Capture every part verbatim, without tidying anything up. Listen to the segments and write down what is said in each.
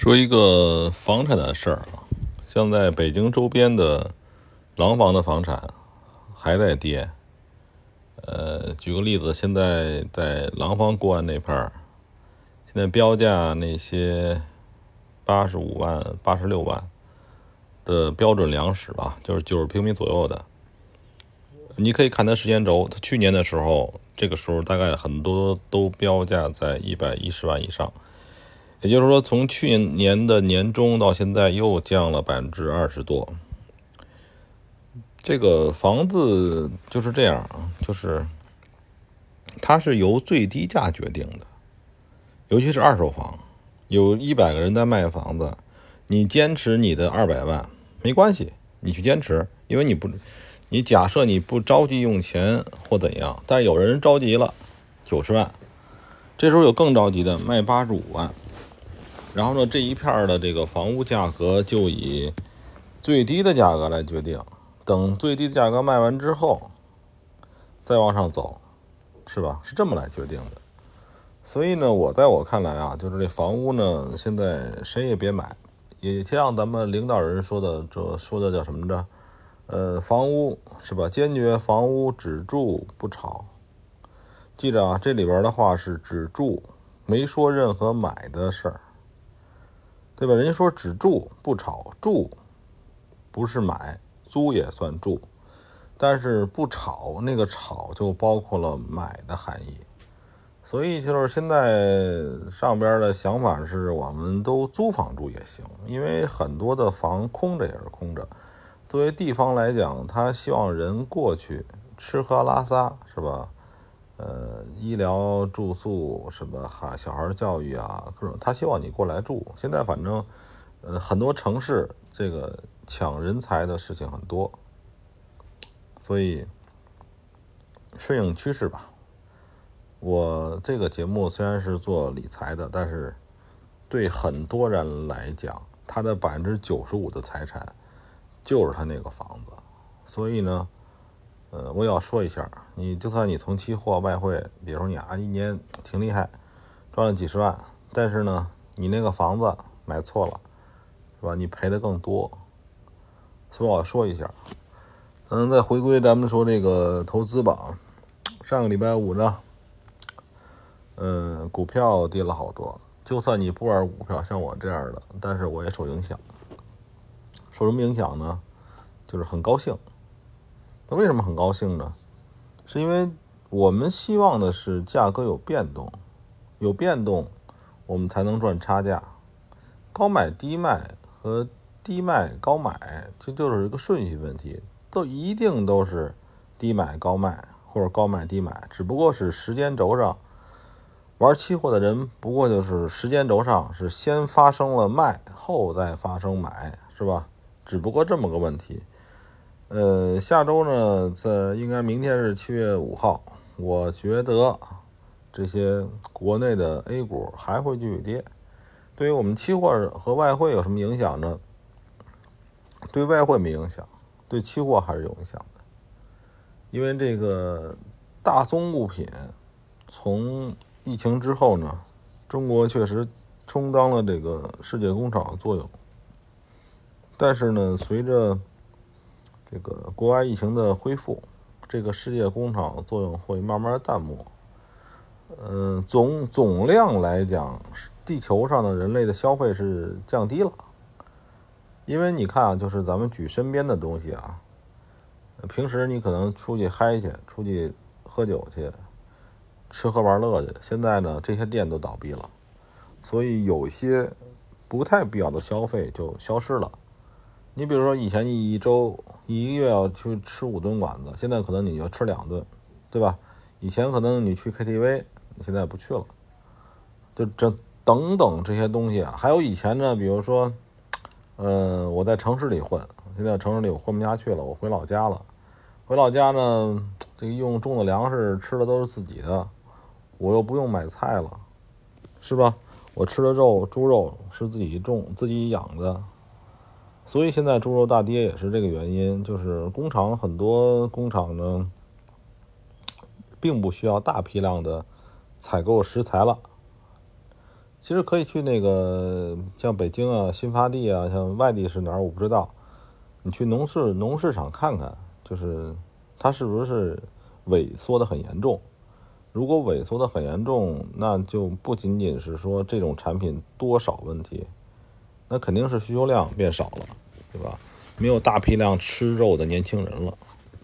说一个房产的事儿啊，像在北京周边的廊坊的房产还在跌。呃，举个例子，现在在廊坊过安那片儿，现在标价那些八十五万、八十六万的标准两室吧，就是九十平米左右的。你可以看它时间轴，它去年的时候，这个时候大概很多都标价在一百一十万以上。也就是说，从去年的年中到现在又降了百分之二十多。这个房子就是这样，就是它是由最低价决定的，尤其是二手房，有一百个人在卖房子，你坚持你的二百万没关系，你去坚持，因为你不，你假设你不着急用钱或怎样，但是有人着急了，九十万，这时候有更着急的卖八十五万。然后呢，这一片的这个房屋价格就以最低的价格来决定，等最低的价格卖完之后再往上走，是吧？是这么来决定的。所以呢，我在我看来啊，就是这房屋呢，现在谁也别买，也像咱们领导人说的，这说的叫什么着？呃，房屋是吧？坚决房屋只住不炒。记着啊，这里边的话是只住，没说任何买的事儿。对吧？人家说只住不炒，住不是买，租也算住，但是不炒，那个炒就包括了买的含义。所以就是现在上边的想法是，我们都租房住也行，因为很多的房空着也是空着。作为地方来讲，他希望人过去吃喝拉撒，是吧？呃，医疗住宿什么孩小孩教育啊，各种他希望你过来住。现在反正，呃，很多城市这个抢人才的事情很多，所以顺应趋势吧。我这个节目虽然是做理财的，但是对很多人来讲，他的百分之九十五的财产就是他那个房子，所以呢。呃，我也要说一下，你就算你从期货外汇，比如说你啊一年挺厉害，赚了几十万，但是呢，你那个房子买错了，是吧？你赔的更多。所以我要说一下。嗯，再回归咱们说这个投资吧。上个礼拜五呢，嗯，股票跌了好多。就算你不玩股票，像我这样的，但是我也受影响。受什么影响呢？就是很高兴。那为什么很高兴呢？是因为我们希望的是价格有变动，有变动我们才能赚差价。高买低卖和低卖高买，这就是一个顺序问题，都一定都是低买高卖或者高买低买，只不过是时间轴上玩期货的人，不过就是时间轴上是先发生了卖，后再发生买，是吧？只不过这么个问题。呃，下周呢，在应该明天是七月五号，我觉得这些国内的 A 股还会继续跌。对于我们期货和外汇有什么影响呢？对外汇没影响，对期货还是有影响的。因为这个大宗物品从疫情之后呢，中国确实充当了这个世界工厂的作用，但是呢，随着这个国外疫情的恢复，这个世界工厂的作用会慢慢淡漠。嗯、呃，总总量来讲，地球上的人类的消费是降低了。因为你看啊，就是咱们举身边的东西啊，平时你可能出去嗨去，出去喝酒去，吃喝玩乐去，现在呢，这些店都倒闭了，所以有些不太必要的消费就消失了。你比如说以前你一周一个月要去吃五顿馆子，现在可能你就吃两顿，对吧？以前可能你去 K T V， 你现在不去了，就这等等这些东西啊。还有以前呢，比如说，呃，我在城市里混，现在城市里我混不下去了，我回老家了。回老家呢，这个用种的粮食吃的都是自己的，我又不用买菜了，是吧？我吃的肉，猪肉是自己种、自己养的。所以现在猪肉大跌也是这个原因，就是工厂很多工厂呢，并不需要大批量的采购食材了， 其实可以去那个像北京啊、新发地啊，像外地是哪儿我不知道，你去农市农市场看看，就是它是不是萎缩的很严重。如果萎缩的很严重，那就不仅仅是说这种产品多少问题，那肯定是需求量变少了，对吧？没有大批量吃肉的年轻人了。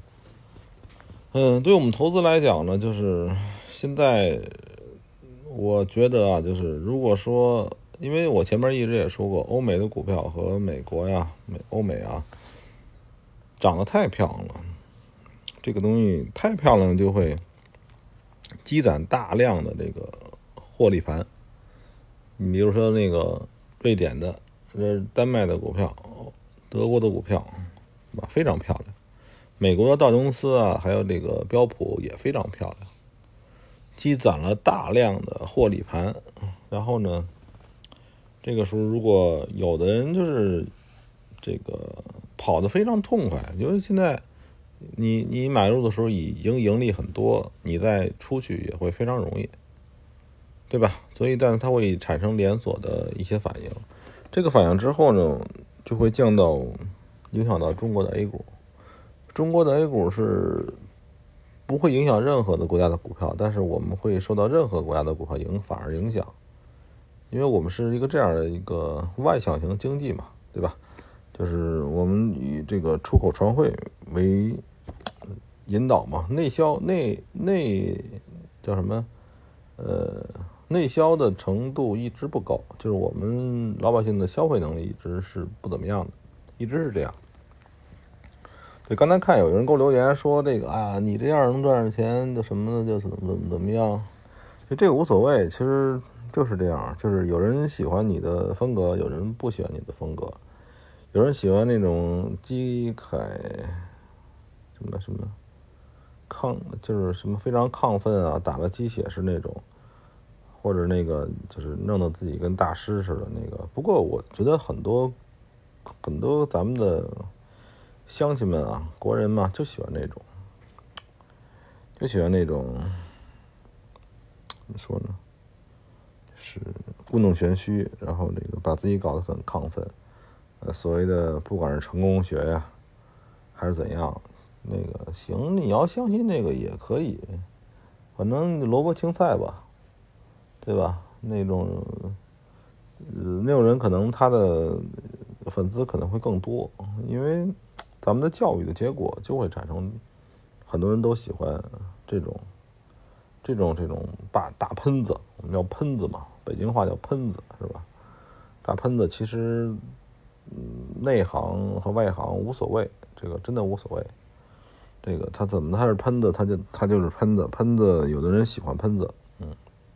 嗯，对我们投资来讲呢，就是现在我觉得啊，就是如果说，因为我前面一直也说过，欧美的股票和美国呀、美欧美啊，涨得太漂亮了，这个东西太漂亮就会积攒大量的这个获利盘。你比如说那个瑞典的、呃丹麦的股票、德国的股票，吧，非常漂亮。美国的道琼斯啊，还有这个标普也非常漂亮，积攒了大量的获利盘。然后呢，这个时候如果有的人就是这个跑得非常痛快，因为现在你你买入的时候已经盈利很多，你再出去也会非常容易，对吧？所以但是它会产生连锁的一些反应，这个反应之后呢，就会降到影响到中国的 A 股。中国的 A 股是不会影响任何的国家的股票，但是我们会受到任何国家的股票影反而影响，因为我们是一个这样的一个外向型经济嘛，对吧？就是我们以这个出口传汇为引导嘛，内销内内叫什么？呃，内销的程度一直不高，就是我们老百姓的消费能力一直是不怎么样的，一直是这样。对，刚才看有人给我留言说这个啊，你这样能赚上钱的什么的，就怎么怎么怎么样，就这个无所谓，其实就是这样，就是有人喜欢你的风格，有人不喜欢你的风格，有人喜欢那种激慨什么什么亢，就是什么非常亢奋啊，打了鸡血是那种，或者那个就是弄得自己跟大师似的那个。不过我觉得很多很多咱们的乡亲们啊，国人嘛，就喜欢那种，就喜欢那种，怎么说呢？是故弄玄虚，然后这个把自己搞得很亢奋。呃，所谓的不管是成功学呀，还是怎样，那个行，你要相信那个也可以，反正萝卜青菜吧，对吧？那种，呃，那种人可能他的粉丝可能会更多，因为咱们的教育的结果就会产生很多人都喜欢这种这种这种大大喷子，我们叫喷子嘛，北京话叫喷子，是吧？大喷子其实，嗯，内行和外行无所谓，这个真的无所谓。这个他怎么他是喷子，他就他就是喷子，喷子有的人喜欢喷子，嗯。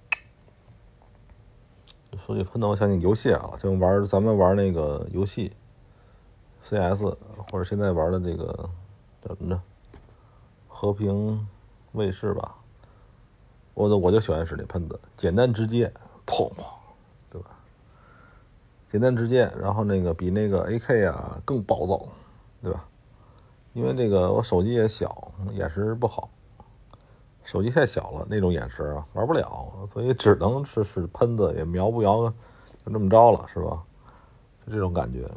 说起喷子，我想起游戏啊，就玩咱们玩那个游戏 C S， 或者现在玩的这个叫什么呢？和平卫士吧。我的我就喜欢使那喷子，简单直接，砰砰，对吧？简单直接，然后那个比那个 A K 啊更暴躁，对吧？因为这个我手机也小，眼神不好，手机太小了，那种眼神啊玩不了，所以只能是使喷子，也瞄不瞄就这么着了，是吧？就这种感觉。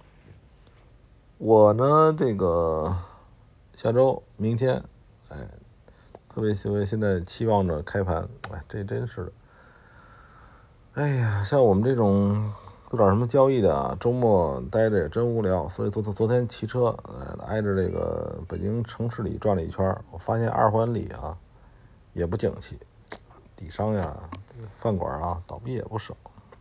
我呢，这个下周明天，哎，特别特别现在期望着开盘，哎，这真是的。哎呀，像我们这种做点什么交易的啊，周末待着也真无聊，所以昨昨天骑车，呃，挨着这个北京城市里转了一圈，我发现二环里啊也不景气，底商呀、饭馆啊倒闭也不少，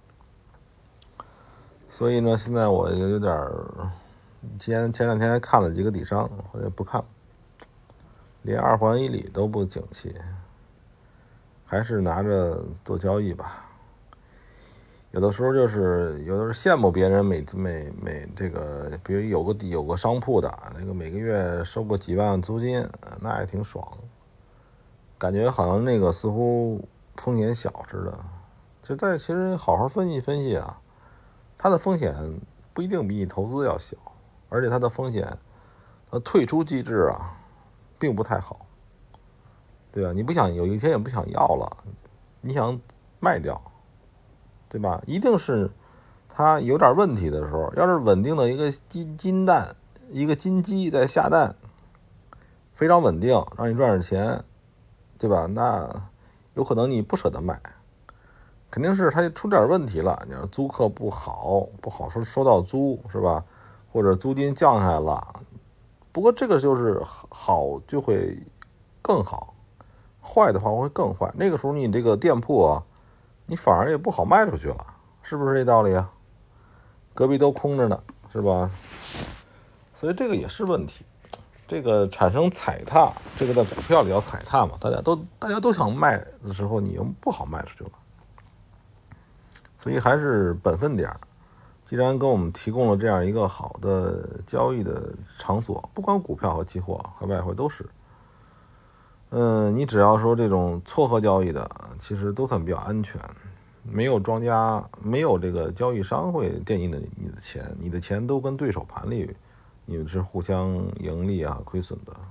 所以呢，现在我有点儿，前前两天还看了几个底商，我也不看了，连二环以里都不景气，还是拿着做交易吧。有的时候就是有的时候羡慕别人每每每这个，比如有个有个商铺的那个每个月收个几万租金，那也挺爽，感觉好像那个似乎风险小似的。就在其实好好分析分析啊，它的风险不一定比你投资要小，而且它的风险，它退出机制啊，并不太好，对吧？你不想有一天也不想要了，你想卖掉。 对吧？一定是它有点问题的时候，要是稳定的一个金金蛋，一个金鸡在下蛋，非常稳定，让你赚点钱，对吧？那有可能你不舍得卖，肯定是它出点问题了。你说租客不好，不好说收到租是吧？或者租金降下来了。不过这个就是好就会更好，坏的话会更坏。那个时候你这个店铺啊，你反而也不好卖出去了，是不是这道理啊？隔壁都空着呢，是吧？所以这个也是问题。这个产生踩踏，这个在股票里叫踩踏嘛，大家都大家都想卖的时候，你又不好卖出去了。所以还是本分点。既然给我们提供了这样一个好的交易的场所，不管股票和期货和外汇都是，嗯，你只要说这种撮合交易的，其实都算比较安全，没有庄家，没有这个交易商会惦记的你的钱，你的钱都跟对手盘里，你们是互相盈利啊亏损的。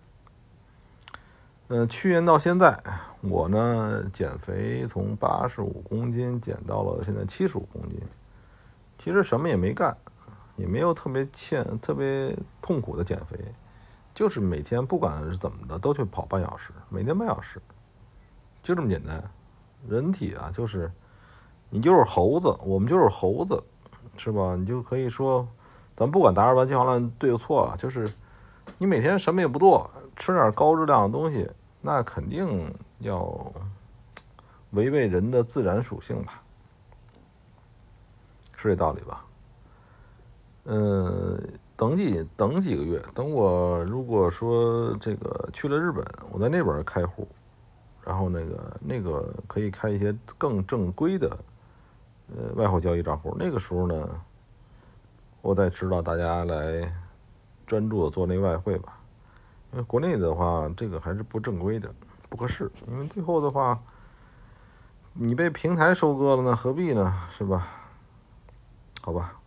嗯，去年到现在，我呢减肥从八十五公斤减到了现在七十五公斤。其实什么也没干，也没有特别欠特别痛苦的减肥，就是每天不管是怎么的都去跑半小时，每天半小时，就这么简单。人体啊，就是你就是猴子，我们就是猴子，是吧？你就可以说，咱不管达尔文进化论对错啊，就是你每天什么也不做，吃点高质量的东西，那肯定要违背人的自然属性吧。是这道理吧？嗯，等几等几个月，等我如果说这个去了日本，我在那边开户，然后那个那个可以开一些更正规的呃外汇交易账户。那个时候呢，我再指导大家来专注的做那外汇吧。因为国内的话，这个还是不正规的，不合适。因为最后的话，你被平台收割了呢，何必呢？是吧？好吧。